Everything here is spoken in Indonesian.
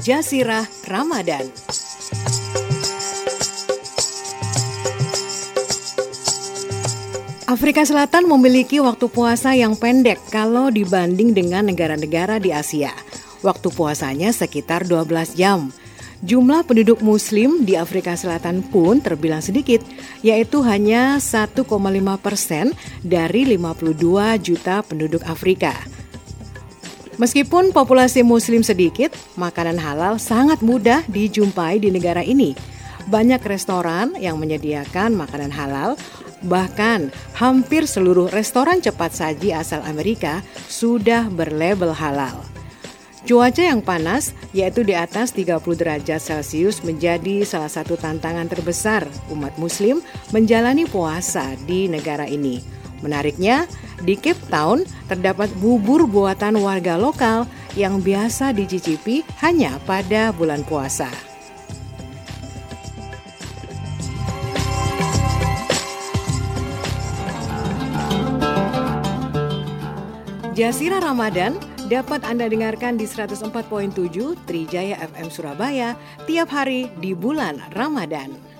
Jazirah Ramadan. Afrika Selatan memiliki waktu puasa yang pendek kalau dibanding dengan negara-negara di Asia. Waktu puasanya sekitar 12 jam. Jumlah penduduk muslim di Afrika Selatan pun terbilang sedikit, yaitu hanya 1,5% dari 52 juta penduduk Afrika. Meskipun populasi muslim sedikit, makanan halal sangat mudah dijumpai di negara ini. Banyak restoran yang menyediakan makanan halal, bahkan hampir seluruh restoran cepat saji asal Amerika sudah berlabel halal. Cuaca yang panas, yaitu di atas 30 derajat Celcius, menjadi salah satu tantangan terbesar umat muslim menjalani puasa di negara ini. Menariknya, di Cape Town terdapat bubur buatan warga lokal yang biasa dicicipi hanya pada bulan puasa. Jazirah Ramadan dapat Anda dengarkan di 104.7 Trijaya FM Surabaya tiap hari di bulan Ramadan.